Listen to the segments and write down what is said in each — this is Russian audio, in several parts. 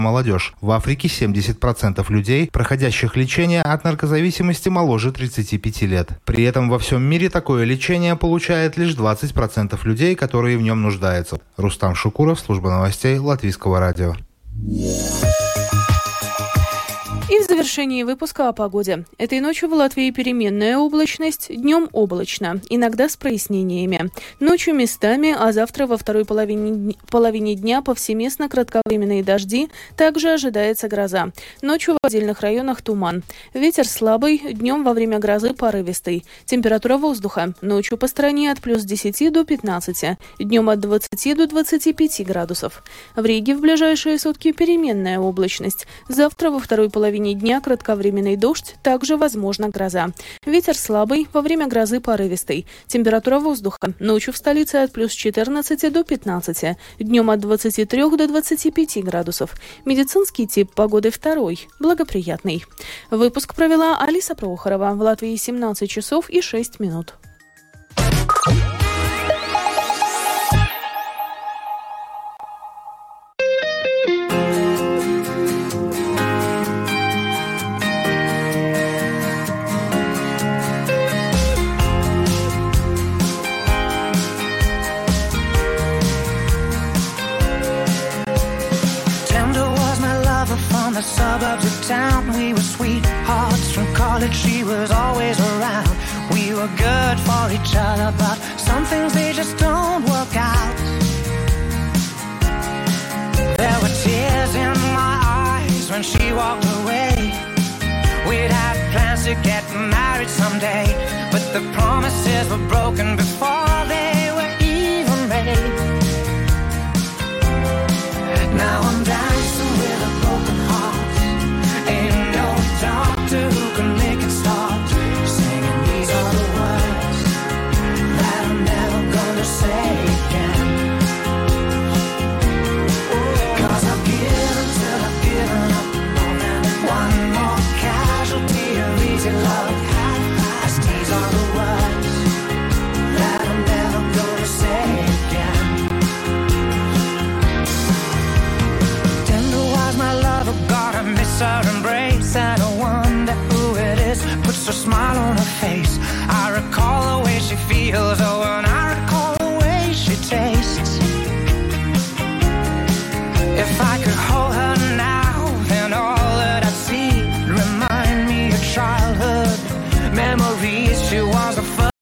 молодежь. В Африке 70% людей, проходящих лечение от наркозависимости, моложе 35 лет. При этом во всем мире такое лечение получает лишь 20% людей, которые в нем нуждаются. Рустам Шукуров, служба новостей Латвийского радио. И в завершении выпуска о погоде. Этой ночью в Латвии переменная облачность, днем облачно, иногда с прояснениями. Ночью местами, а завтра во второй половине дня повсеместно кратковременные дожди, также ожидается гроза. Ночью в отдельных районах туман. Ветер слабый, днем во время грозы порывистый. Температура воздуха ночью по стране от плюс 10 до 15, днем от 20 до 25 градусов. В Риге в ближайшие сутки переменная облачность. Завтра во второй половине дня кратковременный дождь, также возможна гроза. Ветер слабый, во время грозы порывистый. Температура воздуха ночью в столице от плюс 14 до 15, днем от 23 до 25 градусов. Медицинский тип погоды второй, благоприятный. Выпуск провела Алиса Прохорова. В Латвии 17 часов и 6 минут. The suburbs of town, we were sweethearts from college. She was always around. We were good for each other, but some things they just don't work out. There were tears in my eyes when she walked away. We'd had plans to get married someday, but the promises were broken before they were even made. Now I'm dancing with a broken heart. Ain't no doctor who can make it stop. Singing these are the words that I'm never gonna say again. 'Cause I've given till I've given up. One more casualty of easy love. Half-past, these are the words that I'm never gonna say again. Tender was my lover, God, I miss her embrace. And I wonder who it is, puts a smile on her face. I recall the way she feels, oh, and I recall the way she tastes. If I could hold her now, then all that I see remind me of childhood memories. She was the first.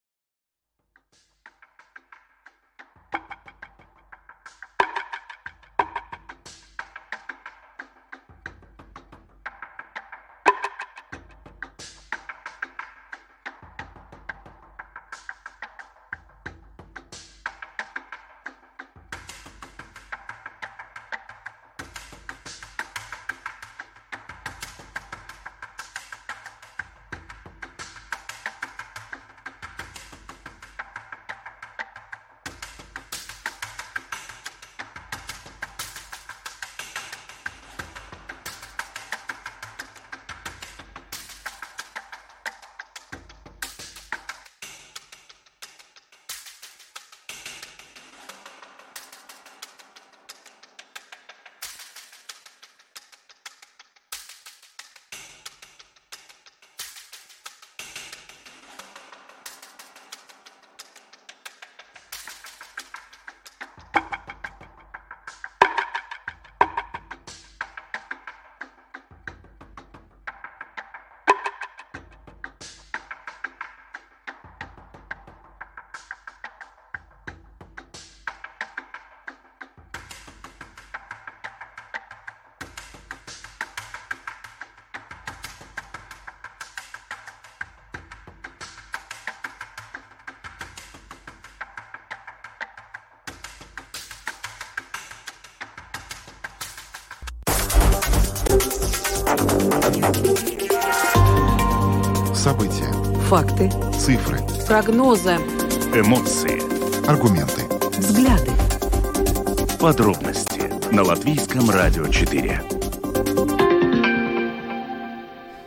События. Факты. Цифры. Прогнозы. Эмоции. Аргументы. Взгляды. Подробности на Латвийском радио 4.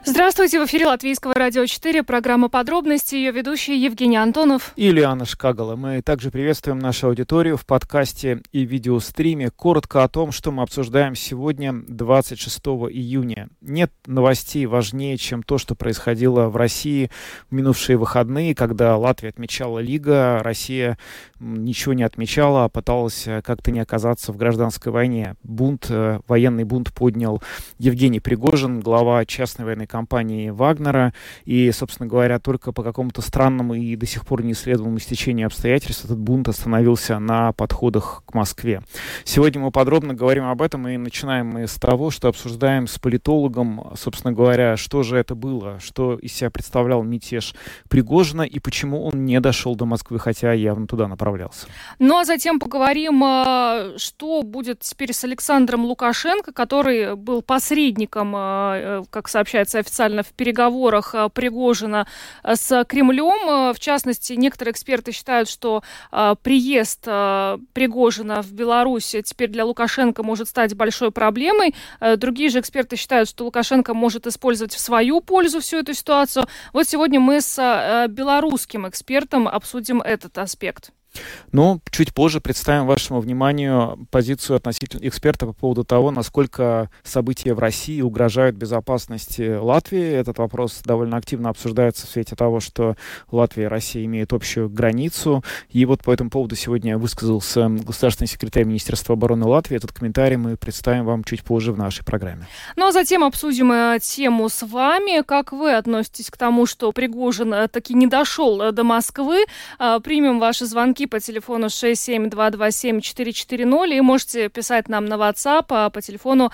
Здравствуйте, в эфире Латвийского радио 4, программа «Подробности», ее ведущие Евгений Антонов и Лиана Шкагала. Мы также приветствуем нашу аудиторию в подкасте и видеостриме. Коротко о том, что мы обсуждаем сегодня, 26 июня. Нет новостей важнее, чем то, что происходило в России в минувшие выходные, когда Латвия отмечала Лига, Россия ничего не отмечала, а пыталась как-то не оказаться в гражданской войне. Военный бунт поднял Евгений Пригожин, глава частной военной компании Вагнера, и, собственно говоря, только по какому-то странному и до сих пор неисследованному стечению обстоятельств этот бунт остановился на подходах к Москве. Сегодня мы подробно говорим об этом, и начинаем мы с того, что обсуждаем с политологом, собственно говоря, что же это было, что из себя представлял мятеж Пригожина и почему он не дошел до Москвы, хотя явно туда направлялся. Ну а затем поговорим, что будет теперь с Александром Лукашенко, который был посредником, как сообщается официально, в переговорах Пригожина с Кремлем. В частности, некоторые эксперты считают, что приезд Пригожина в Беларусь теперь для Лукашенко может стать большой проблемой. Другие же эксперты считают, что Лукашенко может использовать в свою пользу всю эту ситуацию. Вот сегодня мы с белорусским экспертом обсудим этот аспект. Но чуть позже представим вашему вниманию позицию относительно эксперта по поводу того, насколько события в России угрожают безопасности Латвии. Этот вопрос довольно активно обсуждается в свете того, что Латвия и Россия имеют общую границу. И вот по этому поводу сегодня высказался государственный секретарь Министерства обороны Латвии. Этот комментарий мы представим вам чуть позже в нашей программе. Ну а затем обсудим тему с вами. Как вы относитесь к тому, что Пригожин таки не дошел до Москвы? Примем ваши звонки по телефону 67227-440 и можете писать нам на WhatsApp по телефону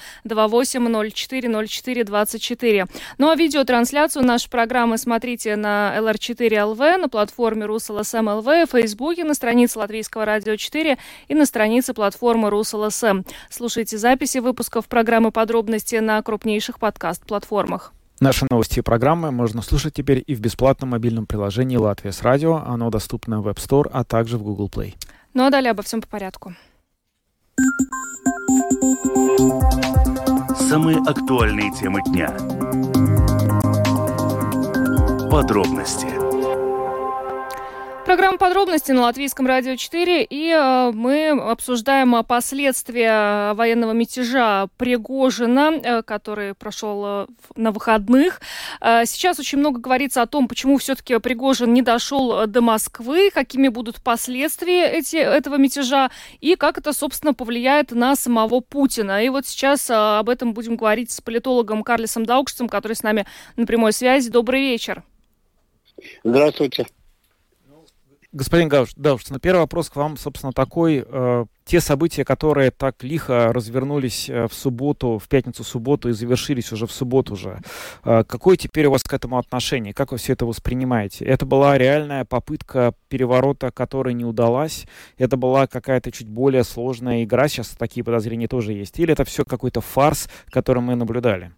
28040424. Ну а видеотрансляцию нашей программы смотрите на LR4LV, на платформе RusLSM.LV, в Фейсбуке, на странице Латвийского радио 4 и на странице платформы RusLSM. Слушайте записи выпусков программы «Подробности» на крупнейших подкаст-платформах. Наши новости и программы можно слушать теперь и в бесплатном мобильном приложении «Латвия с радио». Оно доступно в App Store, а также в Google Play. Ну а далее обо всем по порядку. Самые актуальные темы дня. Подробности. Программа «Подробности» на Латвийском радио 4, и мы обсуждаем последствия военного мятежа Пригожина, который прошел на выходных. Сейчас очень много говорится о том, почему все-таки Пригожин не дошел до Москвы, какими будут последствия этого мятежа и как это, собственно, повлияет на самого Путина. И вот сейчас об этом будем говорить с политологом Карлисом Даукшцем, который с нами на прямой связи. Добрый вечер. Здравствуйте. Господин Даукшц, первый вопрос к вам, собственно, такой. Те события, которые так лихо развернулись в пятницу-субботу и завершились уже в субботу же, какое теперь у вас к этому отношение? Как вы все это воспринимаете? Это была реальная попытка переворота, которая не удалась? Это была какая-то чуть более сложная игра? Сейчас такие подозрения тоже есть. Или это все какой-то фарс, который мы наблюдали?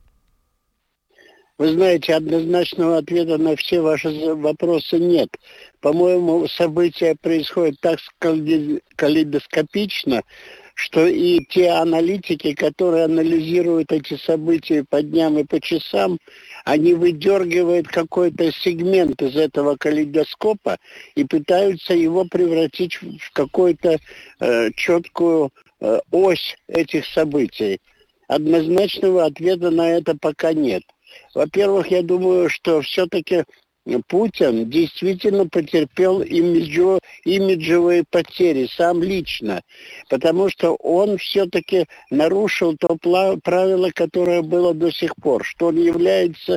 Вы знаете, однозначного ответа на все ваши вопросы нет. По-моему, события происходят так калейдоскопично, что и те аналитики, которые анализируют эти события по дням и по часам, они выдергивают какой-то сегмент из этого калейдоскопа и пытаются его превратить в какую-то четкую ось этих событий. Однозначного ответа на это пока нет. Во-первых, я думаю, что все-таки Путин действительно потерпел имиджевые потери, сам лично, потому что он все-таки нарушил то правило, которое было до сих пор, что он является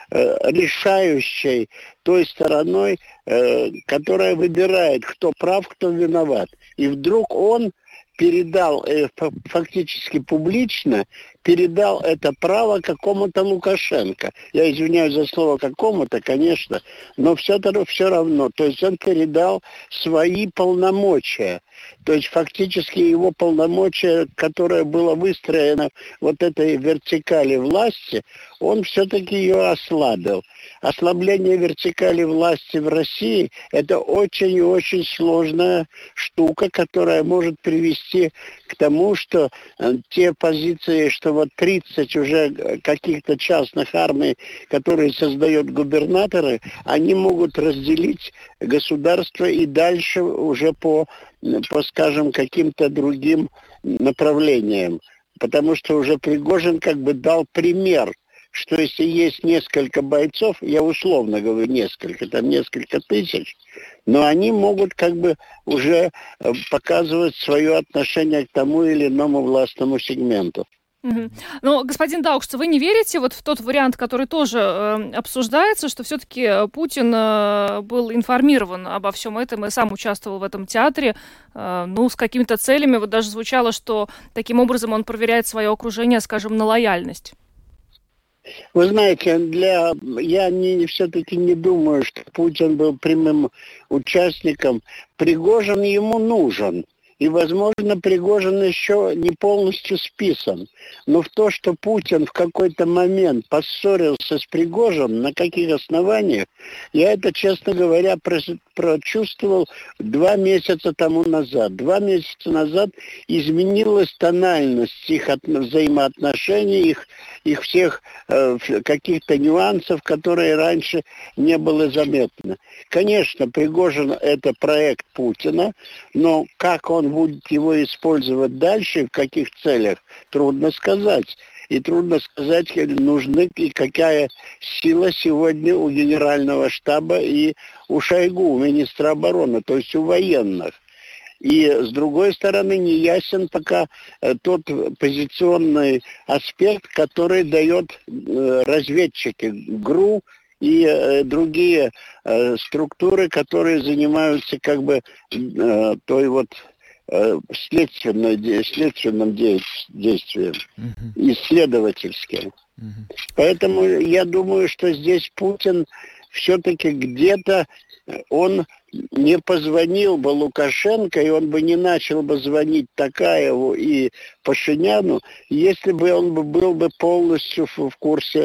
решающей той стороной, которая выбирает, кто прав, кто виноват. И вдруг он передал, фактически публично, передал это право какому-то Лукашенко. Я извиняюсь за слово какому-то, конечно, но все равно. То есть он передал свои полномочия. То есть фактически его полномочия, которое было выстроено вот этой вертикали власти, он все-таки ее ослабил. ослабление вертикали власти в России – это очень и очень сложная штука, которая может привести к тому, что те позиции, что вот 30 уже каких-то частных армий, которые создают губернаторы, они могут разделить государство и дальше уже по скажем, каким-то другим направлениям. Потому что уже Пригожин как бы дал пример, что если есть несколько бойцов, я условно говорю несколько, там несколько тысяч, но они могут как бы уже показывать свое отношение к тому или иному властному сегменту. Угу. Но, господин Даукшц, вы не верите вот в тот вариант, который тоже обсуждается, что все-таки Путин был информирован обо всем этом и сам участвовал в этом театре, с какими-то целями, вот даже звучало, что таким образом он проверяет свое окружение, скажем, на лояльность? Вы знаете, я все-таки не думаю, что Путин был прямым участником. Пригожин ему нужен. И, возможно, Пригожин еще не полностью списан. Но в то, что Путин в какой-то момент поссорился с Пригожиным, на каких основаниях, я это, честно говоря, прочувствовал 2 месяца тому назад. 2 месяца назад изменилась тональность их взаимоотношений, их всех каких-то нюансов, которые раньше не было заметно. Конечно, Пригожин – это проект Путина, но как он будет его использовать дальше, в каких целях, трудно сказать. И трудно сказать, нужны и какая сила сегодня у генерального штаба и у Шойгу, у министра обороны, то есть у военных. И, с другой стороны, не ясен пока тот позиционный аспект, который дает разведчики ГРУ и другие структуры, которые занимаются как бы той вот следственным действием, исследовательским. Поэтому я думаю, что здесь Путин все-таки где-то он не позвонил бы Лукашенко, и он бы не начал бы звонить Токаеву и Пашиняну, если бы он был бы полностью в курсе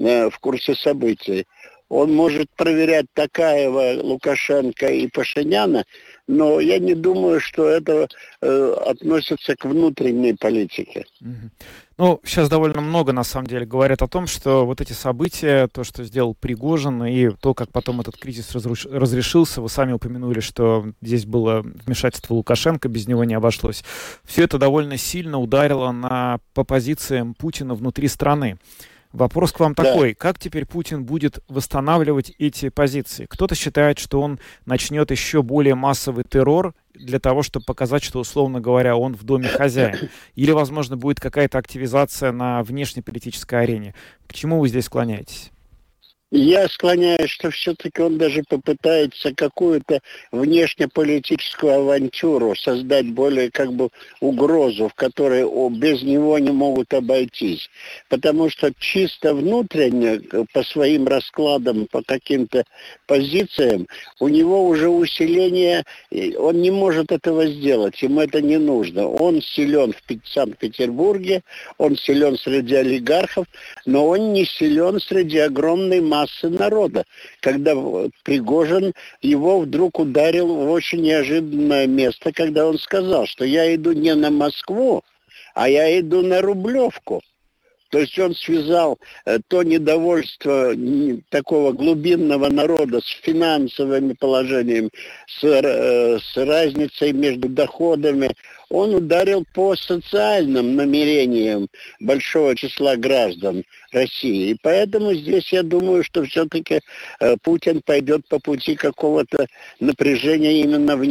событий. Он может проверять Токаева, Лукашенко и Пашиняна, но я не думаю, что это относится к внутренней политике. Сейчас довольно много, на самом деле, говорят о том, что вот эти события, то, что сделал Пригожин, и то, как потом этот кризис разрешился, вы сами упомянули, что здесь было вмешательство Лукашенко, без него не обошлось. Все это довольно сильно ударило по позициям Путина внутри страны. Вопрос к вам такой. Как теперь Путин будет восстанавливать эти позиции? Кто-то считает, что он начнет еще более массовый террор для того, чтобы показать, что, условно говоря, он в доме хозяин. Или, возможно, будет какая-то активизация на внешнеполитической арене. К чему вы здесь склоняетесь? Я склоняюсь, что все-таки он даже попытается какую-то внешнеполитическую авантюру создать, более как бы угрозу, в которой без него не могут обойтись. Потому что чисто внутренне, по своим раскладам, по каким-то позициям, у него уже усиление, он не может этого сделать, ему это не нужно. Он силен в Санкт-Петербурге, он силен среди олигархов, но он не силен среди огромной массы народа, когда Пригожин его вдруг ударил в очень неожиданное место, когда он сказал, что я иду не на Москву, а я иду на Рублевку. То есть он связал то недовольство такого глубинного народа с финансовыми положениями, с разницей между доходами. Он ударил по социальным намерениям большого числа граждан России. И поэтому здесь я думаю, что все-таки Путин пойдет по пути какого-то напряжения именно на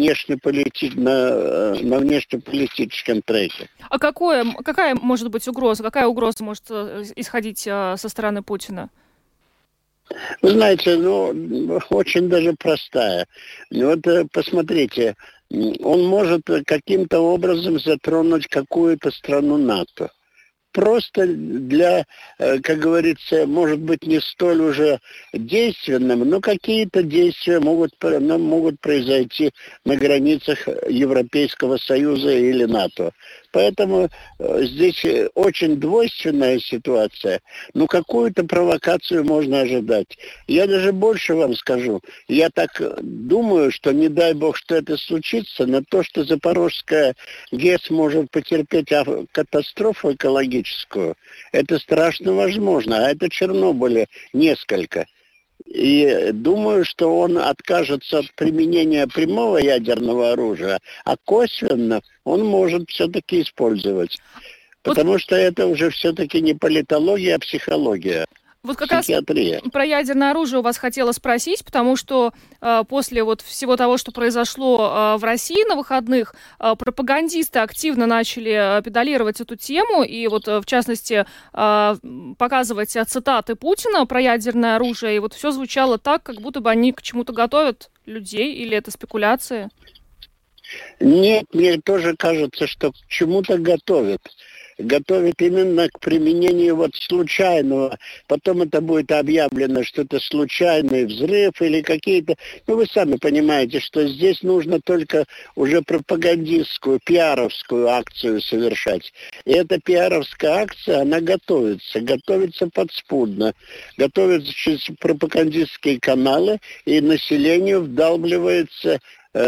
внешнеполитическом треке. А какая может быть угроза? Какая угроза может исходить со стороны Путина? Вы знаете, очень даже простая. Вот посмотрите, он может каким-то образом затронуть какую-то страну НАТО. Просто для, как говорится, может быть, не столь уже действенным, но какие-то действия могут произойти на границах Европейского Союза или НАТО. Поэтому здесь очень двойственная ситуация. Но какую-то провокацию можно ожидать. Я даже больше вам скажу. Я так думаю, что не дай бог, что это случится, но то, что Запорожская ГЭС может потерпеть катастрофу экологическую, это страшно возможно. А это Чернобыля несколько. И думаю, что он откажется от применения прямого ядерного оружия, а косвенно он может все-таки использовать. Потому что это уже все-таки не политология, а психология. Вот как раз про ядерное оружие у вас хотела спросить, потому что после вот всего того, что произошло в России на выходных, пропагандисты активно начали педалировать эту тему и вот в частности показывать цитаты Путина про ядерное оружие, и вот все звучало так, как будто бы они к чему-то готовят людей, или это спекуляции? Нет, мне тоже кажется, что к чему-то готовят. Готовят именно к применению вот случайного. Потом это будет объявлено, что это случайный взрыв или какие-то... Ну, вы сами понимаете, что здесь нужно только уже пропагандистскую, пиаровскую акцию совершать. И эта пиаровская акция, она готовится подспудно. Готовится через пропагандистские каналы, и населению вдалбливается...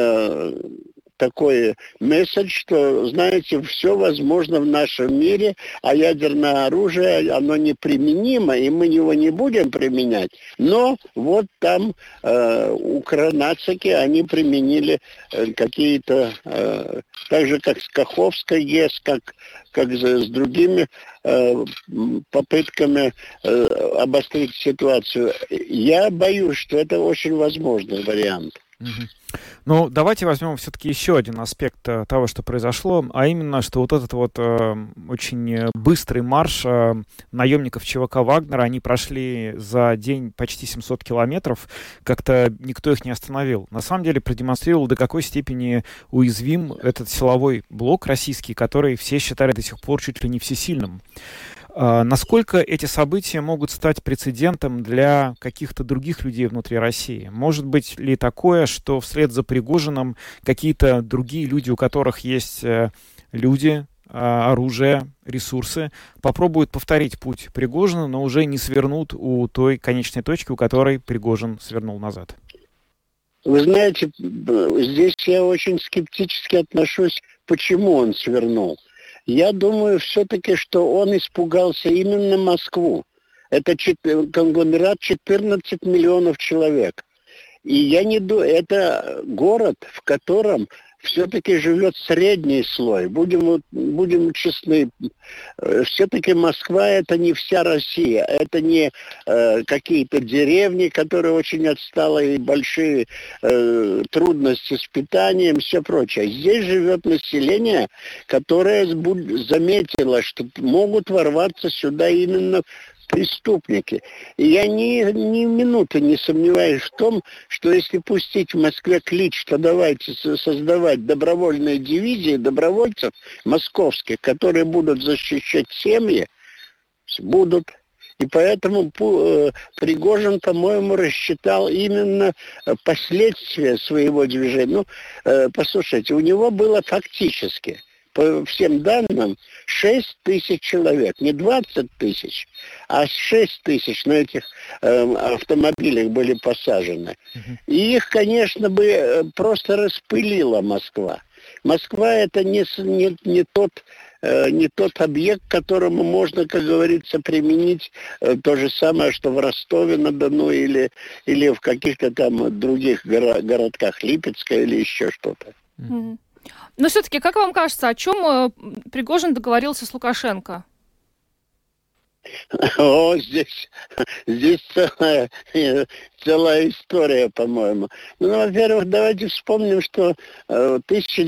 такой месседж, что, знаете, все возможно в нашем мире, а ядерное оружие, оно неприменимо, и мы его не будем применять. Но вот там укронацики, они применили какие-то, так же, как с Каховской ГЭС, как с другими попытками обострить ситуацию. Я боюсь, что это очень возможный вариант. Ну, давайте возьмем все-таки еще один аспект того, что произошло, а именно, что вот этот вот очень быстрый марш наемников ЧВК Вагнера, они прошли за день почти 700 километров, как-то никто их не остановил. На самом деле продемонстрировал, до какой степени уязвим этот силовой блок российский, который все считали до сих пор чуть ли не всесильным. Насколько эти события могут стать прецедентом для каких-то других людей внутри России? Может быть ли такое, что вслед за Пригожиным какие-то другие люди, у которых есть люди, оружие, ресурсы, попробуют повторить путь Пригожина, но уже не свернут у той конечной точки, у которой Пригожин свернул назад? Вы знаете, здесь я очень скептически отношусь, почему он свернул. Я думаю все-таки, что он испугался именно Москву. Это конгломерат 14 миллионов человек. И я не думаю, это город, в котором все-таки живет средний слой. Будем честны. Все-таки Москва — это не вся Россия. Это не какие-то деревни, которые очень отсталы, и большие трудности с питанием, все прочее. Здесь живет население, которое заметило, что могут ворваться сюда именно преступники. И я ни минуты не сомневаюсь в том, что если пустить в Москве клич, то давайте создавать добровольные дивизии добровольцев московских, которые будут защищать семьи, будут. И поэтому Пригожин, по-моему, рассчитал именно последствия своего движения. Ну, послушайте, у него было фактически, по всем данным, 6 тысяч человек. Не 20 тысяч, а 6 тысяч на этих автомобилях были посажены. И их, конечно, бы просто распылила Москва. Москва — это не тот объект, к которому можно, как говорится, применить то же самое, что в Ростове-на-Дону или в каких-то там других городках, Липецка или еще что-то. Но все-таки, как вам кажется, о чем Пригожин договорился с Лукашенко? О, здесь целая история, по-моему. Ну, во-первых, давайте вспомним, что в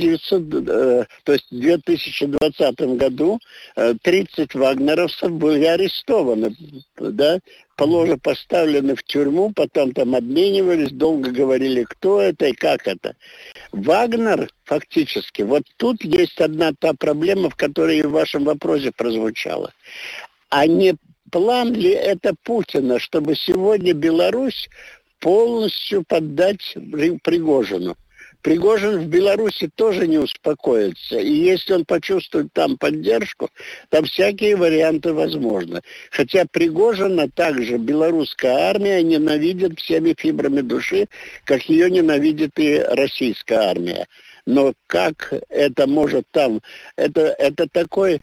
2020 году 30 вагнеровцев были арестованы, да, поставлены в тюрьму, потом там обменивались, долго говорили, кто это и как это. Вагнер, фактически, вот тут есть одна та проблема, в которой и в вашем вопросе прозвучала. А не план ли это Путина, чтобы сегодня Беларусь полностью поддать Пригожину? Пригожин в Беларуси тоже не успокоится. И если он почувствует там поддержку, там всякие варианты возможны. Хотя Пригожина также белорусская армия ненавидит всеми фибрами души, как ее ненавидит и российская армия. Но как это может там... Это такой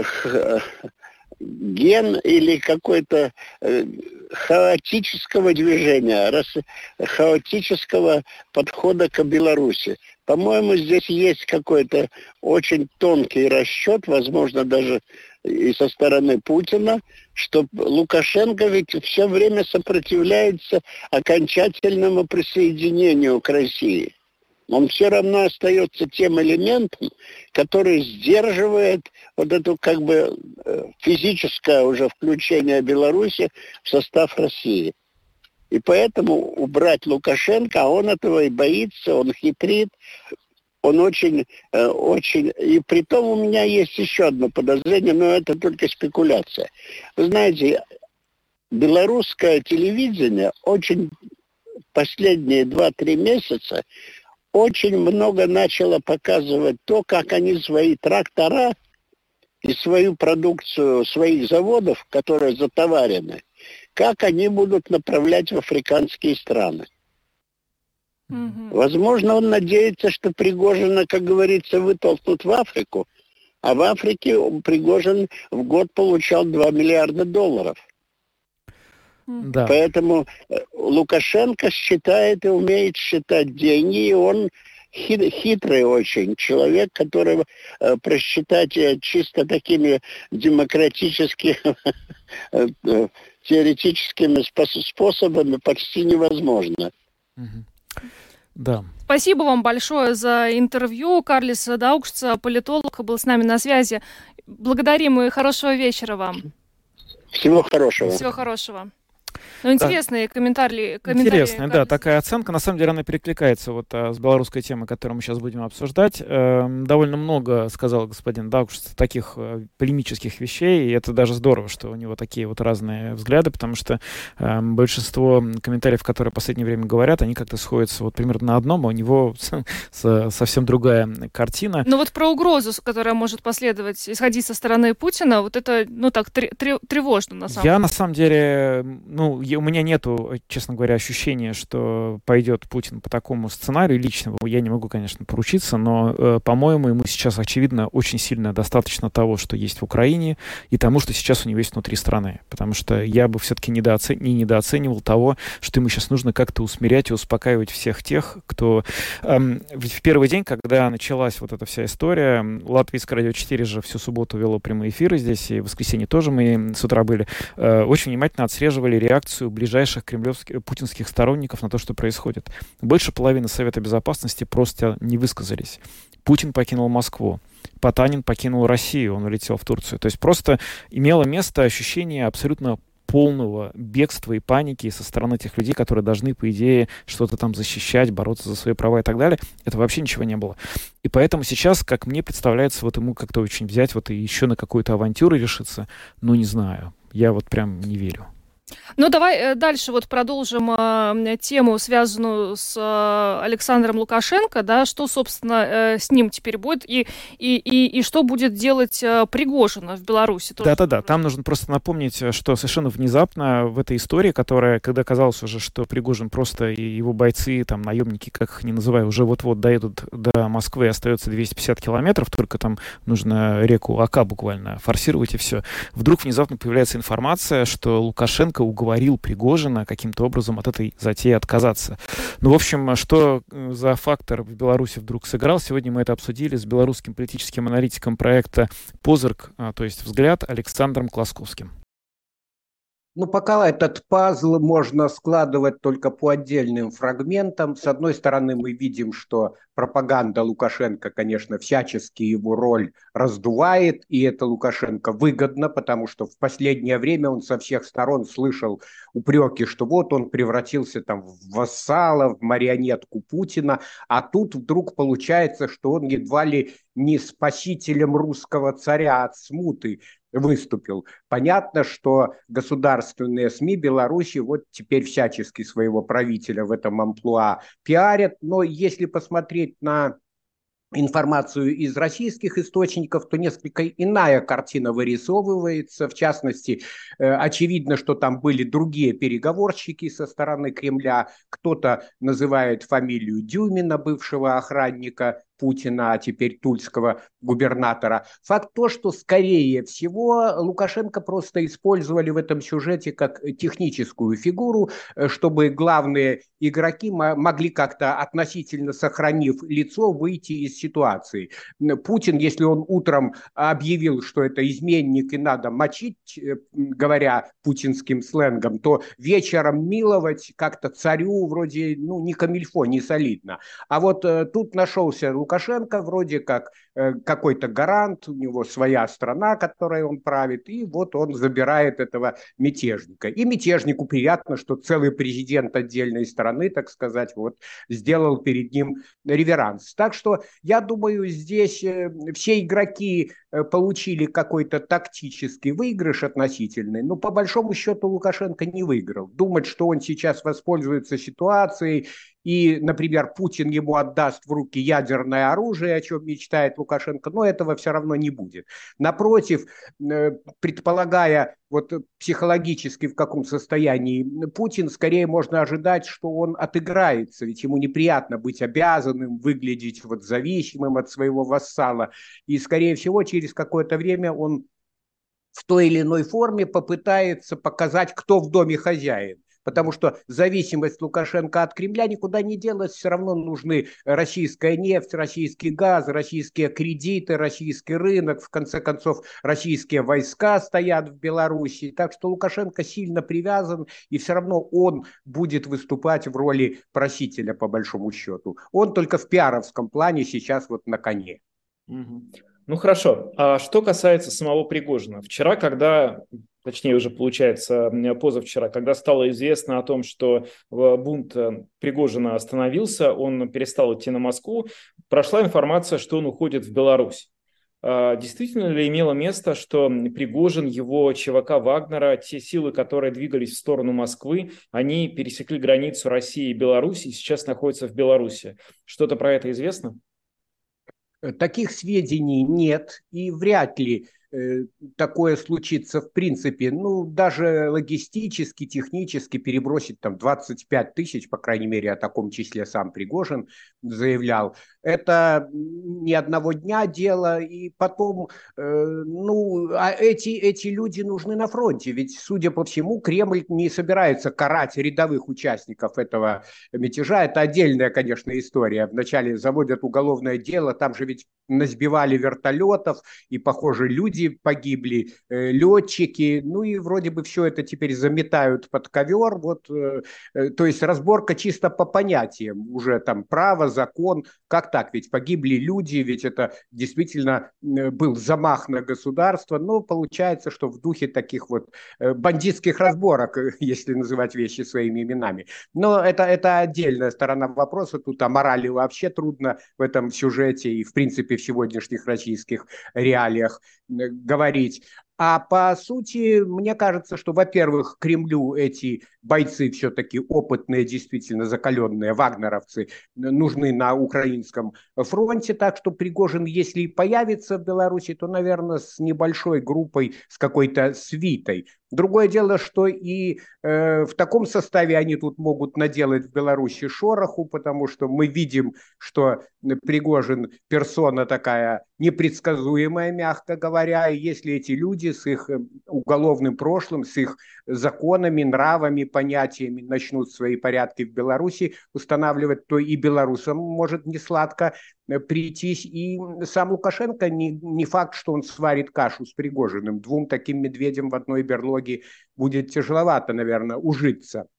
ген или какой-то хаотического движения, хаотического подхода к Беларуси. По-моему, здесь есть какой-то очень тонкий расчет, возможно, даже и со стороны Путина, что Лукашенко ведь все время сопротивляется окончательному присоединению к России. Он все равно остается тем элементом, который сдерживает вот это как бы физическое уже включение Беларуси в состав России. И поэтому убрать Лукашенко, а он этого и боится, он хитрит, он очень... И притом у меня есть еще одно подозрение, но это только спекуляция. Вы знаете, белорусское телевидение очень последние 2-3 месяца очень много начало показывать то, как они свои трактора и свою продукцию своих заводов, которые затоварены, как они будут направлять в африканские страны. Возможно, он надеется, что Пригожина, как говорится, вытолкнут в Африку, а в Африке Пригожин в год получал $2 миллиарда. Да. Поэтому Лукашенко считает и умеет считать деньги, и он хитрый очень человек, которого просчитать чисто такими демократическими, теоретическими способами почти невозможно. Да. Спасибо вам большое за интервью. Карлис Даукшц, политолог, был с нами на связи. Благодарим и хорошего вечера вам. Всего хорошего. Всего хорошего. Ну, интересные комментарии. Интересная, да, такая оценка. На самом деле она перекликается вот с белорусской темой, которую мы сейчас будем обсуждать. Довольно много сказал господин Даукшц таких полемических вещей, и это даже здорово, что у него такие вот разные взгляды, потому что большинство комментариев, которые в последнее время говорят, они как-то сходятся вот примерно на одном, а у него совсем другая картина. Но вот про угрозу, которая может последовать, исходить со стороны Путина, вот это, ну так, тревожно на самом деле. Я на самом деле, у меня нету, честно говоря, ощущения, что пойдет Путин по такому сценарию личного. Я не могу, конечно, поручиться, но, по-моему, ему сейчас, очевидно, очень сильно достаточно того, что есть в Украине, и тому, что сейчас у него есть внутри страны. Потому что я бы все-таки не недооценивал того, что ему сейчас нужно как-то усмирять и успокаивать всех тех, кто... В первый день, когда началась вот эта вся история, Латвийское радио 4 же всю субботу вело прямые эфиры здесь, и в воскресенье тоже мы с утра были, очень внимательно отслеживали реакцию ближайших путинских сторонников на то, что происходит. Больше половины Совета Безопасности просто не высказались. Путин покинул Москву. Потанин покинул Россию, он улетел в Турцию. То есть просто имело место ощущение абсолютно полного бегства и паники со стороны этих людей, которые должны, по идее, что-то там защищать, бороться за свои права и так далее. Это вообще ничего не было. И поэтому сейчас, как мне представляется, вот ему как-то очень взять вот и еще на какую-то авантюру решиться, ну, не знаю. Я вот прям не верю. Ну, давай дальше вот продолжим тему, связанную с Александром Лукашенко, да, что, собственно, с ним теперь будет, и что будет делать Пригожин в Беларуси. Да-да-да, там нужно просто напомнить, что совершенно внезапно в этой истории, которая, когда казалось уже, что Пригожин просто и его бойцы, там, наемники, как их ни называю, уже вот-вот доедут до Москвы, остается 250 километров, только там нужно реку Ока буквально форсировать и все. Вдруг внезапно появляется информация, что Лукашенко уговорил Пригожина каким-то образом от этой затеи отказаться. Ну, в общем, что за фактор в Беларуси вдруг сыграл? Сегодня мы это обсудили с белорусским политическим аналитиком проекта «Позырк», то есть «Взгляд», Александром Класковским. Ну, пока этот пазл можно складывать только по отдельным фрагментам. С одной стороны, мы видим, что пропаганда Лукашенко, конечно, всячески его роль раздувает, и это Лукашенко выгодно, потому что в последнее время он со всех сторон слышал упреки, что вот он превратился там в вассала, в марионетку Путина, а тут вдруг получается, что он едва ли не спасителем русского царя от смуты выступил. Понятно, что государственные СМИ Беларуси вот теперь всячески своего правителя в этом амплуа пиарят, но если посмотреть на информацию из российских источников, то несколько иная картина вырисовывается. В частности, очевидно, что там были другие переговорщики со стороны Кремля. Кто-то называет фамилию Дюмина, бывшего охранника Путина, а теперь тульского губернатора. Факт то, что, скорее всего, Лукашенко просто использовали в этом сюжете как техническую фигуру, чтобы главные игроки могли как-то, относительно сохранив лицо, выйти из ситуации. Путин, если он утром объявил, что это изменник и надо мочить, говоря путинским сленгом, то вечером миловать как-то царю вроде не камильфо, не солидно. А вот тут нашелся Лукашенко, вроде как какой-то гарант, у него своя страна, которой он правит, и вот он забирает этого мятежника. И мятежнику приятно, что целый президент отдельной страны, так сказать, вот сделал перед ним реверанс. Так что я думаю, здесь все игроки получили какой-то тактический выигрыш относительный, но по большому счету Лукашенко не выиграл. Думать, что он сейчас воспользуется ситуацией и, например, Путин ему отдаст в руки ядерное оружие, о чем мечтает Лукашенко, но этого все равно не будет. Напротив, предполагая вот психологически в каком состоянии Путин, скорее можно ожидать, что он отыграется, ведь ему неприятно быть обязанным, выглядеть вот зависимым от своего вассала, и, скорее всего, через какое-то время он в той или иной форме попытается показать, кто в доме хозяин. Потому что зависимость Лукашенко от Кремля никуда не делась, все равно нужны российская нефть, российский газ, российские кредиты, российский рынок, в конце концов, российские войска стоят в Беларуси. Так что Лукашенко сильно привязан, и все равно он будет выступать в роли просителя, по большому счету. Он только в пиаровском плане сейчас вот на коне. Ну хорошо, а что касается самого Пригожина? Вчера, точнее уже получается позавчера, когда стало известно о том, что бунт Пригожина остановился, он перестал идти на Москву, прошла информация, что он уходит в Беларусь. Действительно ли имело место, что Пригожин, его ЧВК Вагнера, те силы, которые двигались в сторону Москвы, они пересекли границу России и Беларуси и сейчас находятся в Беларуси? Что-то про это известно? Таких сведений нет, и вряд ли такое случится в принципе. Ну, даже логистически, технически перебросить там 25 тысяч, по крайней мере, о таком числе сам Пригожин заявлял. Это ни одного дня дело, и потом, эти люди нужны на фронте, ведь, судя по всему, Кремль не собирается карать рядовых участников этого мятежа. Это отдельная, конечно, история. Вначале заводят уголовное дело, там же ведь насбивали вертолетов, и, похоже, люди погибли, летчики, ну и вроде бы все это теперь заметают под ковер, вот, то есть разборка чисто по понятиям, уже там право, закон, как так, ведь погибли люди, ведь это действительно был замах на государство, но получается, что в духе таких вот бандитских разборок, если называть вещи своими именами. Но это отдельная сторона вопроса, тут о морали вообще трудно в этом сюжете и в принципе в сегодняшних российских реалиях говорить. А по сути, мне кажется, что, во-первых, Кремлю эти бойцы все-таки опытные, действительно закаленные вагнеровцы нужны на украинском фронте, так что Пригожин, если и появится в Беларуси, то, наверное, с небольшой группой, с какой-то свитой. Другое дело, что и в таком составе они тут могут наделать в Беларуси шороху, потому что мы видим, что Пригожин персона такая непредсказуемая, мягко говоря, и если эти люди с их уголовным прошлым, с их законами, нравами, понятиями начнут свои порядки в Беларуси устанавливать, то и белорусам может несладко прийтись. И сам Лукашенко не факт, что он сварит кашу с Пригожиным. Двум таким медведям в одной берлоге будет тяжеловато, наверное, ужиться.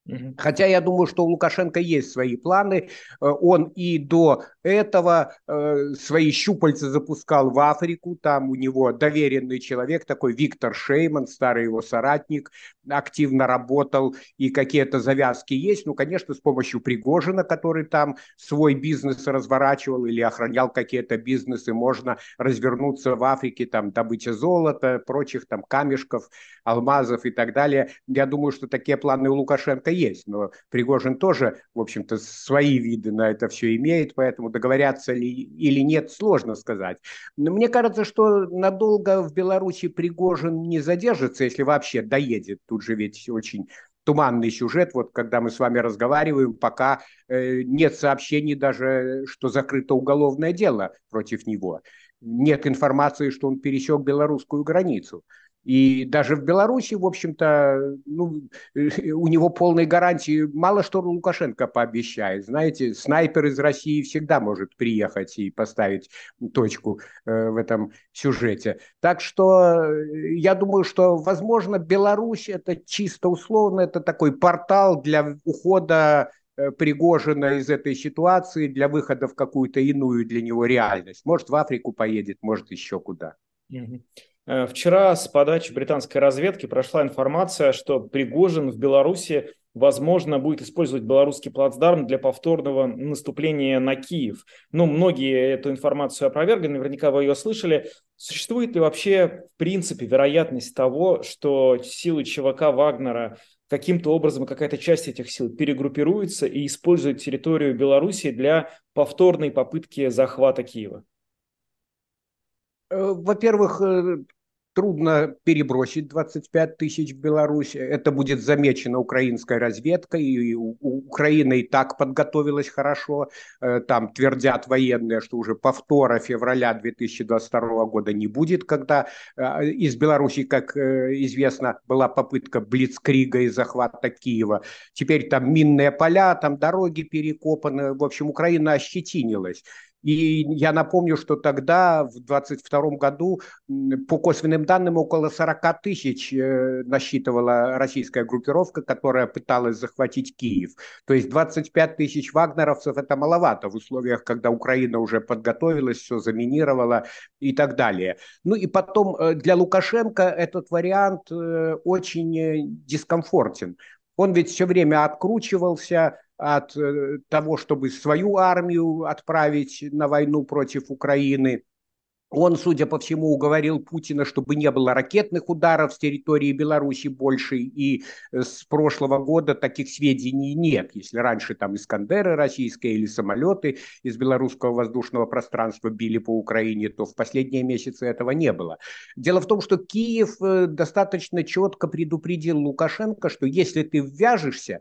Хотя я думаю, что у Лукашенко есть свои планы. Он и до этого свои щупальца запускал в Африку. Там у него доверенный человек, такой Виктор Шейман, старый его соратник, активно работал, и какие-то завязки есть. Ну, конечно, с помощью Пригожина, который там свой бизнес разворачивал или охранял какие-то бизнесы, можно развернуться в Африке, там, добыча золота, прочих там камешков, алмазов и так далее. Я думаю, что такие планы у Лукашенко есть, но Пригожин тоже, в общем-то, свои виды на это все имеет, поэтому договорятся ли или нет, сложно сказать. Но мне кажется, что надолго в Беларуси Пригожин не задержится, если вообще доедет. Тут же ведь очень туманный сюжет, вот когда мы с вами разговариваем, пока нет сообщений даже, что закрыто уголовное дело против него. Нет информации, что он пересек белорусскую границу. И даже в Беларуси, в общем-то, ну, у него полной гарантии мало что Лукашенко пообещает. Знаете, снайпер из России всегда может приехать и поставить точку в этом сюжете. Так что я думаю, что, возможно, Беларусь это чисто условно, это такой портал для ухода Пригожина из этой ситуации, для выхода в какую-то иную для него реальность. Может, в Африку поедет, может, еще куда. Вчера с подачи британской разведки прошла информация, что Пригожин в Беларуси, возможно, будет использовать белорусский плацдарм для повторного наступления на Киев. Ну, многие эту информацию опровергли, наверняка вы ее слышали. Существует ли вообще, в принципе, вероятность того, что силы ЧВК Вагнера каким-то образом, какая-то часть этих сил перегруппируется и использует территорию Беларуси для повторной попытки захвата Киева? Во-первых, трудно перебросить 25 тысяч в Беларусь. Это будет замечено украинской разведкой. И Украина и так подготовилась хорошо. Там твердят военные, что уже повтора февраля 2022 года не будет, когда из Беларуси, как известно, была попытка блицкрига и захвата Киева. Теперь там минные поля, там дороги перекопаны. В общем, Украина ощетинилась. И я напомню, что тогда, в 2022 году, по косвенным данным, около 40 тысяч насчитывала российская группировка, которая пыталась захватить Киев. То есть 25 тысяч вагнеровцев – это маловато в условиях, когда Украина уже подготовилась, все заминировала и так далее. Ну и потом для Лукашенко этот вариант очень дискомфортен. Он ведь все время откручивался от того, чтобы свою армию отправить на войну против Украины. Он, судя по всему, уговорил Путина, чтобы не было ракетных ударов с территории Беларуси больше, и с прошлого года таких сведений нет. Если раньше там «Искандеры» российские или самолеты из белорусского воздушного пространства били по Украине, то в последние месяцы этого не было. Дело в том, что Киев достаточно четко предупредил Лукашенко, что если ты ввяжешься,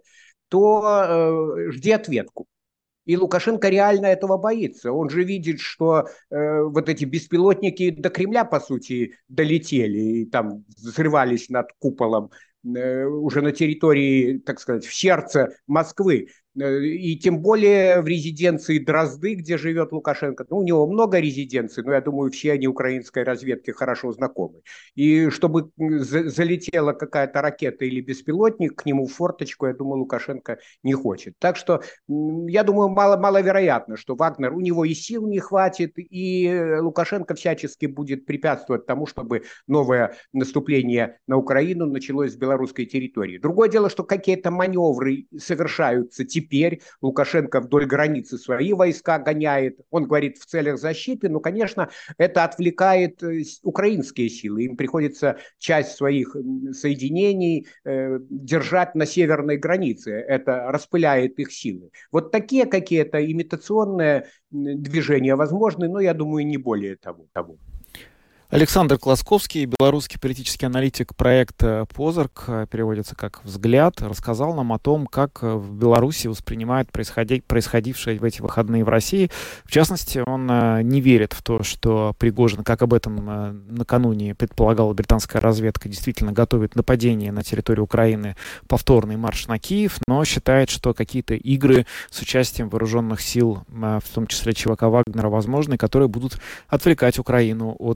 то жди ответку. И Лукашенко реально этого боится. Он же видит, что вот эти беспилотники до Кремля, по сути, долетели и там взрывались над куполом уже на территории, так сказать, в сердце Москвы. И тем более в резиденции Дрозды, где живет Лукашенко. Ну, у него много резиденций, но я думаю, все они украинской разведке хорошо знакомы. И чтобы залетела какая-то ракета или беспилотник к нему в форточку, я думаю, Лукашенко не хочет. Так что, я думаю, маловероятно, что Вагнер, у него и сил не хватит, и Лукашенко всячески будет препятствовать тому, чтобы новое наступление на Украину началось с белорусской территории. Другое дело, что какие-то маневры совершаются теперь. Лукашенко вдоль границы свои войска гоняет. Он говорит в целях защиты, но, конечно, это отвлекает украинские силы. Им приходится часть своих соединений держать на северной границе. Это распыляет их силы. Вот такие какие-то имитационные движения возможны, но, я думаю, не более того. Александр Класковский, белорусский политический аналитик проекта «Позырк», переводится как «Взгляд», рассказал нам о том, как в Беларуси воспринимают происходившее в эти выходные в России. В частности, он не верит в то, что Пригожин, как об этом накануне предполагала британская разведка, действительно готовит нападение на территорию Украины, повторный марш на Киев, но считает, что какие-то игры с участием вооруженных сил, в том числе ЧВК Вагнера, возможны, которые будут отвлекать Украину от того,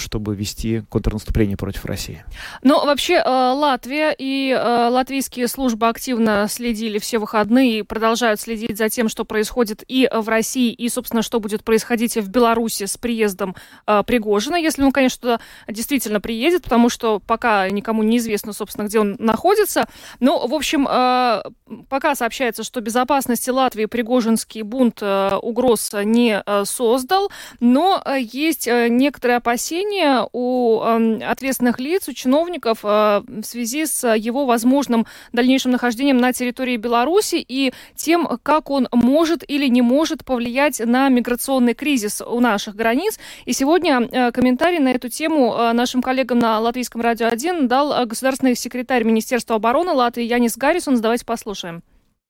чтобы вести контрнаступление против России. Ну, вообще, Латвия и латвийские службы активно следили все выходные и продолжают следить за тем, что происходит и в России, и, собственно, что будет происходить в Беларуси с приездом Пригожина, если он, конечно, туда действительно приедет, потому что пока никому не известно, собственно, где он находится. Ну, в общем, пока сообщается, что безопасности Латвии пригожинский бунт угроз не создал, но есть некоторые опасения у ответственных лиц, у чиновников в связи с его возможным дальнейшим нахождением на территории Беларуси и тем, как он может или не может повлиять на миграционный кризис у наших границ. И сегодня комментарий на эту тему нашим коллегам на Латвийском радио 1 дал государственный секретарь Министерства обороны Латвии Янис Гаррисонс. Давайте послушаем.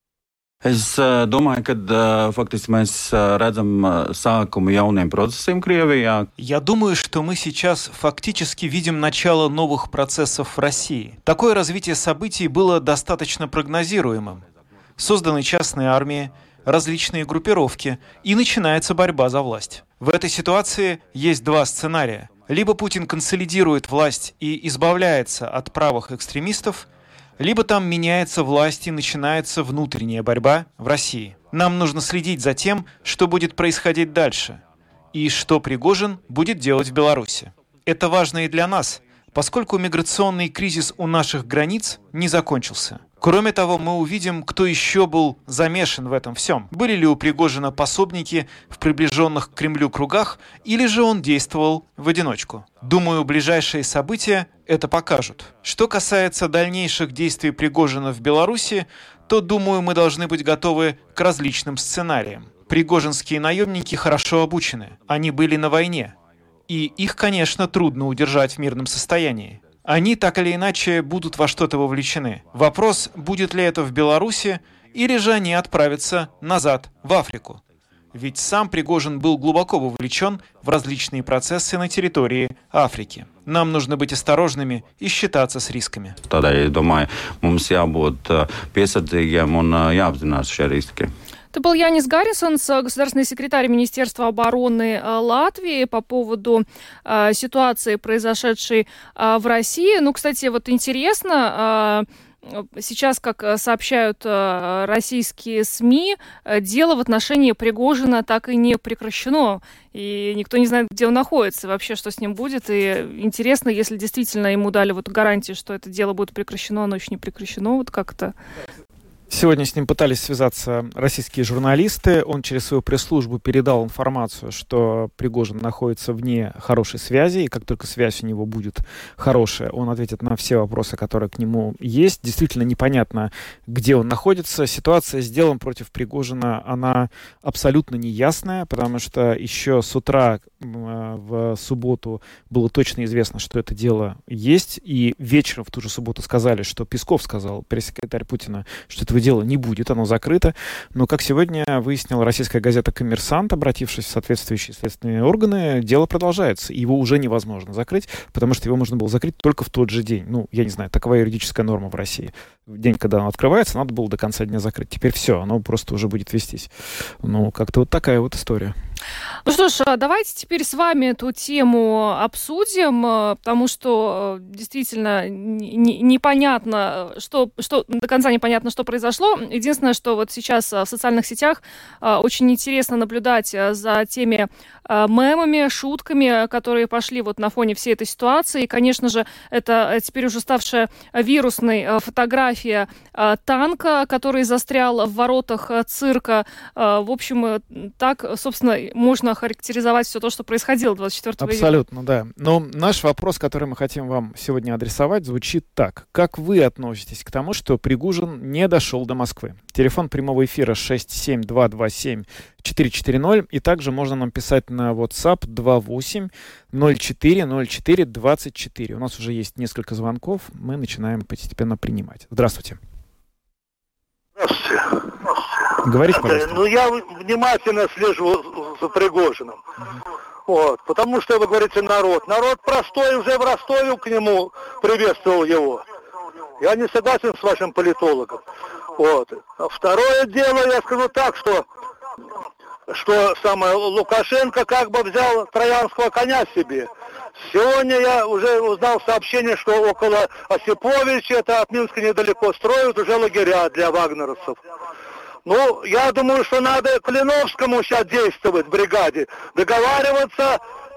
Es domāju, ka faktiski mēs redzam sākumu jauniem procesiem Krievijā. Я думаю, что мы сейчас фактически видим начало новых процессов в России. Такое развитие событий было достаточно прогнозируемым. Созданы частные армии, различные группировки, и начинается борьба за власть. В этой ситуации есть два сценария. Либо Путин консолидирует власть и избавляется от правых экстремистов, либо там меняется власть и начинается внутренняя борьба в России. Нам нужно следить за тем, что будет происходить дальше, и что Пригожин будет делать в Беларуси. Это важно и для нас, поскольку миграционный кризис у наших границ не закончился. Кроме того, мы увидим, кто еще был замешан в этом всем. Были ли у Пригожина пособники в приближенных к Кремлю кругах, или же он действовал в одиночку. Думаю, ближайшие события это покажут. Что касается дальнейших действий Пригожина в Беларуси, то, думаю, мы должны быть готовы к различным сценариям. Пригожинские наемники хорошо обучены. Они были на войне. И их, конечно, трудно удержать в мирном состоянии. Они так или иначе будут во что-то вовлечены. Вопрос, будет ли это в Беларуси, или же они отправятся назад в Африку. Ведь сам Пригожин был глубоко вовлечен в различные процессы на территории Африки. Нам нужно быть осторожными и считаться с рисками. Tādēļ, domāju, mums jābūt piesardzīgiem un jāapzinās šie riski. Это был Янис Гаррисонс, государственный секретарь Министерства обороны Латвии, по поводу ситуации, произошедшей в России. Ну, кстати, вот интересно, сейчас, как сообщают российские СМИ, дело в отношении Пригожина так и не прекращено. И никто не знает, где он находится, вообще, что с ним будет. И интересно, если действительно ему дали вот гарантию, что это дело будет прекращено, оно еще не прекращено, вот как-то... Сегодня с ним пытались связаться российские журналисты. Он через свою пресс-службу передал информацию, что Пригожин находится вне хорошей связи, и как только связь у него будет хорошая, он ответит на все вопросы, которые к нему есть. Действительно непонятно, где он находится. Ситуация с делом против Пригожина, она абсолютно неясная, потому что еще с утра в субботу было точно известно, что это дело есть, и вечером в ту же субботу сказали, что Песков сказал, пресс-секретарь Путина, что этого дела не будет, оно закрыто. Но, как сегодня выяснила российская газета «Коммерсант», обратившись в соответствующие следственные органы, дело продолжается. И его уже невозможно закрыть, потому что его можно было закрыть только в тот же день. Ну, я не знаю, такова юридическая норма в России. В день, когда оно открывается, надо было до конца дня закрыть. Теперь все, оно просто уже будет вестись. Ну, как-то вот такая вот история. Ну что ж, давайте теперь с вами эту тему обсудим, потому что действительно непонятно, что до конца непонятно, что произошло. Единственное, что вот сейчас в социальных сетях очень интересно наблюдать за теми мемами, шутками, которые пошли вот на фоне всей этой ситуации. И, конечно же, это теперь уже ставшая вирусной фотография танка, который застрял в воротах цирка. В общем, так, собственно, можно характеризовать все то, что происходило 24 июня. Абсолютно, да. Но наш вопрос, который мы хотим вам сегодня адресовать, звучит так. Как вы относитесь к тому, что Пригожин не дошел до Москвы? Телефон прямого эфира 67227-440. И также можно нам писать на WhatsApp 28040424. У нас уже есть несколько звонков. Мы начинаем постепенно принимать. Здравствуйте. Здравствуйте. Говорите, пожалуйста. Ну, я внимательно слежу за Пригожиным. Вот, потому что, вы говорите, народ простой уже в Ростове к нему приветствовал его. Я не согласен с вашим политологом. Вот. А второе дело, я скажу так, что самое Лукашенко как бы взял троянского коня себе. Сегодня я уже узнал сообщение, что около Осиповича, это от Минска недалеко, строят уже лагеря для вагнеровцев. Ну, я думаю, что надо Клиновскому сейчас действовать в бригаде, договариваться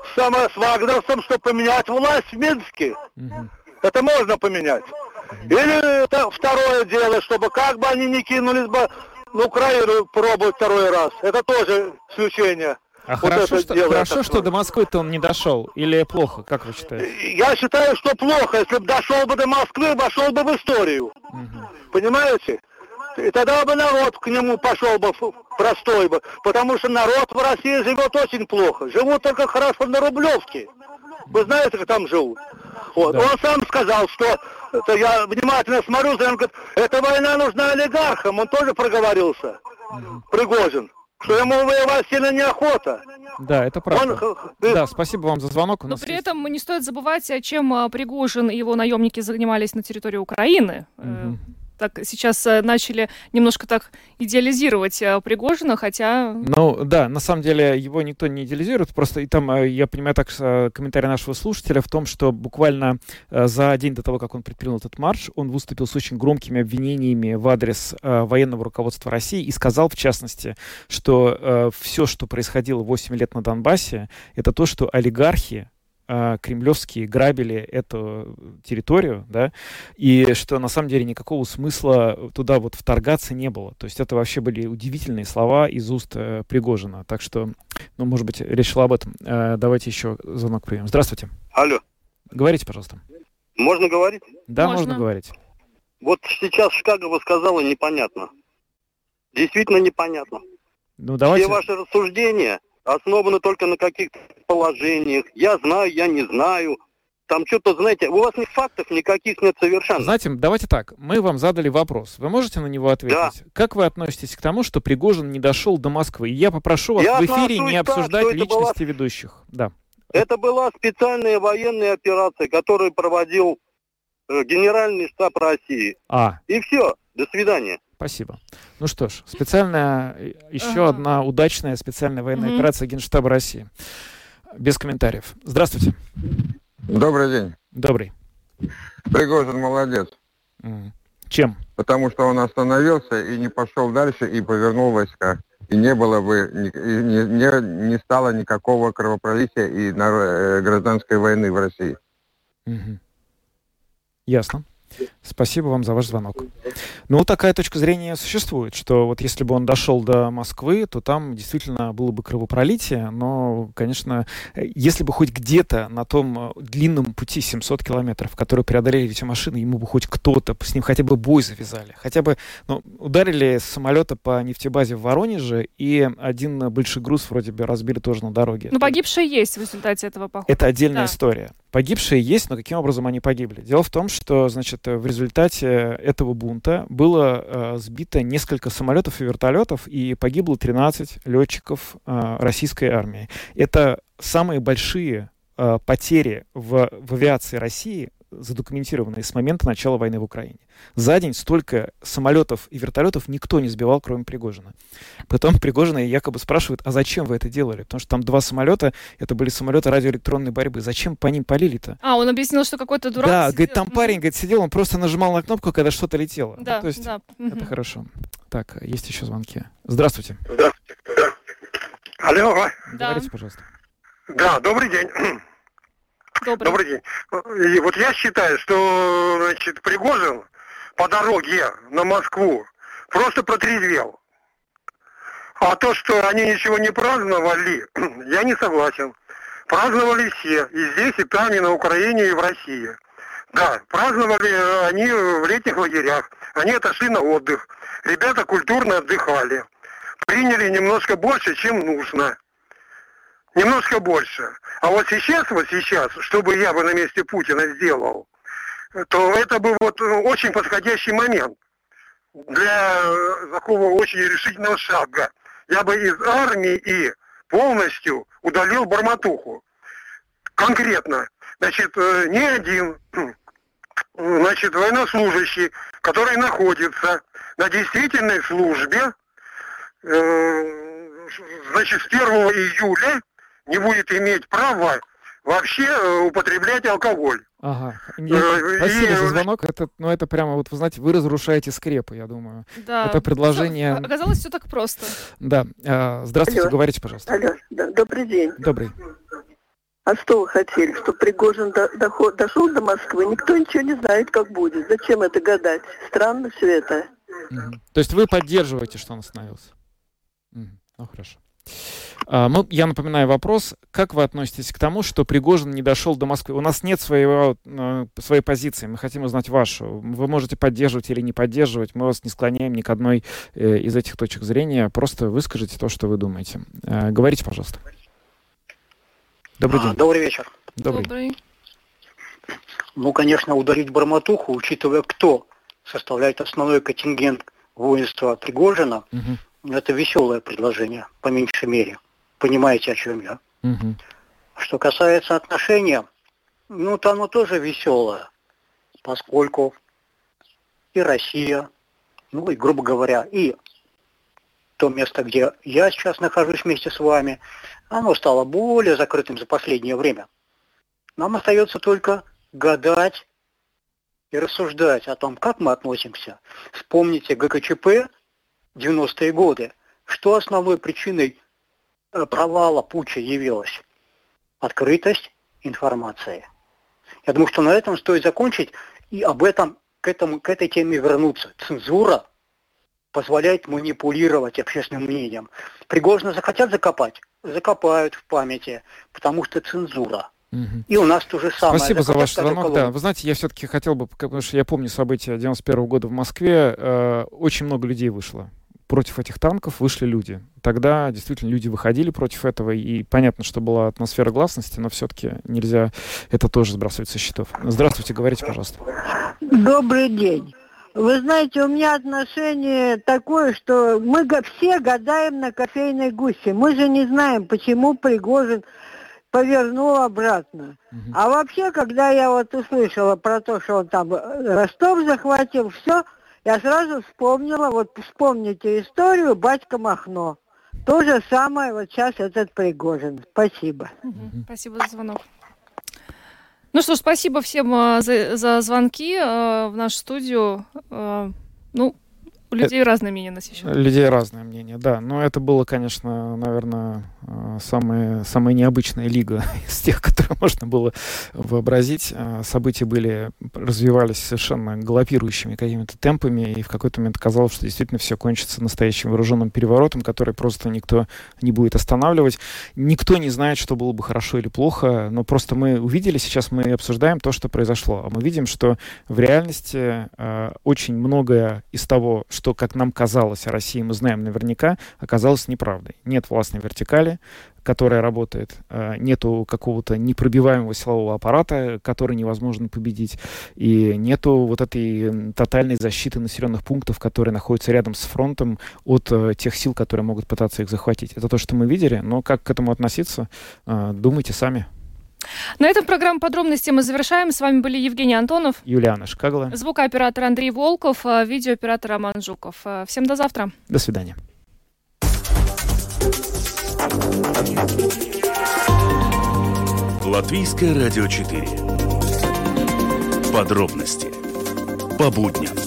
с вагнеровцем, чтобы поменять власть в Минске. Это можно поменять. Или это второе дело, чтобы как бы они не кинулись бы на Украину пробовать второй раз. Это тоже исключение. А вот хорошо, что до Москвы-то он не дошел? Или плохо, как вы считаете? Я считаю, что плохо. Если бы дошел бы до Москвы, вошел бы в историю. Понимаете? И тогда бы народ к нему пошел бы простой бы. Потому что народ в России живет очень плохо. Живут только хорошо на Рублевке. Вы знаете, как там живут? Вот. Да. Он сам сказал, что это я внимательно смотрю, он говорит, эта война нужна олигархам. Он тоже проговорился. Пригожин. Что ему воевать сильно неохота. Да, это правда. Да, спасибо вам за звонок. Но при этом не стоит забывать, чем Пригожин и его наемники занимались на территории Украины. Так сейчас начали немножко так идеализировать Пригожина, хотя... Ну да, на самом деле его никто не идеализирует, просто и там, я понимаю так, комментарий нашего слушателя в том, что буквально за день до того, как он предпринял этот марш, он выступил с очень громкими обвинениями в адрес военного руководства России и сказал, в частности, что все, что происходило 8 лет на Донбассе, это то, что олигархи кремлевские грабили эту территорию, да, и что на самом деле никакого смысла туда вот вторгаться не было. То есть это вообще были удивительные слова из уст Пригожина. Так что, ну, может быть, речь шла об этом. Давайте еще звонок примем. Здравствуйте. Алло. Говорите, пожалуйста. Можно говорить? Да, можно говорить. Вот сейчас Шкагова сказала непонятно. Действительно непонятно. Ну, давайте... Все ваши рассуждения основаны только на каких-то положениях. Я знаю, я не знаю. Там что-то, знаете, у вас ни фактов никаких нет совершенно. Знаете, давайте так, мы вам задали вопрос. Вы можете на него ответить? Да. Как вы относитесь к тому, что Пригожин не дошел до Москвы? И я попрошу вас в эфире не обсуждать личности ведущих. Да. Это была специальная военная операция, которую проводил Генеральный штаб России. И все. До свидания. Спасибо. Ну что ж, еще одна удачная специальная военная операция Генштаба России. Без комментариев. Здравствуйте. Добрый день. Добрый. Пригожин молодец. Чем? Потому что он остановился и не пошел дальше и повернул войска. И не было бы, не стало никакого кровопролития и гражданской войны в России. Ясно. Спасибо вам за ваш звонок. Ну, такая точка зрения существует, что вот если бы он дошел до Москвы, то там действительно было бы кровопролитие, но, конечно, если бы хоть где-то на том длинном пути 700 километров, который преодолели эти машины, ему бы хоть кто-то, с ним хотя бы бой завязали, хотя бы ударили с самолета по нефтебазе в Воронеже, и один большегруз вроде бы разбили тоже на дороге. Но погибшие есть в результате этого похода. Это отдельная история. Погибшие есть, но каким образом они погибли? Дело в том, что, значит, в результате этого бунта было сбито несколько самолетов и вертолетов, и погибло 13 летчиков российской армии. Это самые большие потери в авиации России, задокументированные с момента начала войны в Украине. За день столько самолетов и вертолетов никто не сбивал, кроме Пригожина. Потом Пригожина якобы спрашивают, а зачем вы это делали? Потому что там 2 самолета, это были самолеты радиоэлектронной борьбы. Зачем по ним полили-то? Он объяснил, что какой-то дурак Да, сидел. говорит, там парень, говорит, сидел, он просто нажимал на кнопку, когда что-то летело. Да, то есть да. Это хорошо. Так, есть еще звонки. Здравствуйте. Алло. Говорите, пожалуйста. Да, добрый день. Добрый день. И вот я считаю, что, значит, Пригожин по дороге на Москву просто протрезвел. А то, что они ничего не праздновали, я не согласен. Праздновали все, и здесь, и там, и на Украине, и в России. Да, праздновали они в летних лагерях, они отошли на отдых. Ребята культурно отдыхали. Приняли немножко больше, чем нужно. Немножко больше. А вот сейчас, чтобы я бы на месте Путина сделал, то это бы вот очень подходящий момент для такого очень решительного шага. Я бы из армии полностью удалил Бормотуху. Конкретно. Значит, ни один, значит, военнослужащий, который находится на действительной службе, значит, с 1 июля не будет иметь права вообще употреблять алкоголь. Ага. Спасибо за звонок. Это прямо, вот вы знаете, вы разрушаете скрепы, я думаю. Да. Это предложение... Оказалось, все так просто. Да. Здравствуйте, алло. Говорите, пожалуйста. Алло, добрый день. Добрый. А что вы хотели? Чтобы Пригожин дошел до Москвы? Никто ничего не знает, как будет. Зачем это гадать? Странно все это. То есть вы поддерживаете, что он остановился? Ну, хорошо. Я напоминаю вопрос. Как вы относитесь к тому, что Пригожин не дошел до Москвы? У нас нет своей позиции. Мы хотим узнать вашу. Вы можете поддерживать или не поддерживать. Мы вас не склоняем ни к одной из этих точек зрения. Просто выскажите то, что вы думаете. Говорите, пожалуйста. Добрый день. Добрый вечер. Добрый. Ну, конечно, ударить Бормотуху, учитывая, кто составляет основной контингент воинства Пригожина, это веселое предложение, по меньшей мере. Понимаете, о чем я? Что касается отношения, то оно тоже веселое, поскольку и Россия, и, грубо говоря, и то место, где я сейчас нахожусь вместе с вами, оно стало более закрытым за последнее время. Нам остается только гадать и рассуждать о том, как мы относимся. Вспомните ГКЧП 90-е годы. Что основной причиной провала путча явилась? Открытость информации. Я думаю, что на этом стоит закончить и об этом, к этой теме вернуться. Цензура позволяет манипулировать общественным мнением. Пригожина захотят закопать? Закопают в памяти, потому что цензура. И у нас то же самое. Спасибо за ваш звонок. Да, вы знаете, я все-таки хотел бы, потому что я помню события 91 года в Москве, очень много людей вышло. Против этих танков вышли люди. Тогда действительно люди выходили против этого, и понятно, что была атмосфера гласности, но все-таки нельзя это тоже сбрасывать со счетов. Здравствуйте, говорите, пожалуйста. Добрый день. Вы знаете, у меня отношение такое, что мы все гадаем на кофейной гуще. Мы же не знаем, почему Пригожин повернул обратно. А вообще, когда я услышала про то, что он там Ростов захватил, все, я сразу вспомнила, вспомните историю «Батька Махно». То же самое сейчас этот Пригожин. Спасибо. Спасибо за звонок. Ну что ж, спасибо всем за звонки в нашу студию. У людей разные мнения на сейчас. Людей разные мнения, да. Но это было, конечно, наверное, самая необычная лига из тех, которые можно было вообразить. События развивались совершенно галопирующими какими-то темпами, и в какой-то момент казалось, что действительно все кончится настоящим вооруженным переворотом, который просто никто не будет останавливать. Никто не знает, что было бы хорошо или плохо, но просто мы увидели, сейчас мы обсуждаем то, что произошло. А мы видим, что в реальности очень многое из того, что, как нам казалось о России, мы знаем наверняка, оказалось неправдой. Нет властной вертикали, которая работает, нету какого-то непробиваемого силового аппарата, который невозможно победить, и нету этой тотальной защиты населенных пунктов, которые находятся рядом с фронтом от тех сил, которые могут пытаться их захватить. Это то, что мы видели, но как к этому относиться, думайте сами. На этом программу «Подробности» мы завершаем. С вами были Евгений Антонов, Юлиана Шкагла, звукооператор Андрей Волков, видеооператор Роман Жуков. Всем до завтра. До свидания. Латвийское радио 4. Подробности по будням.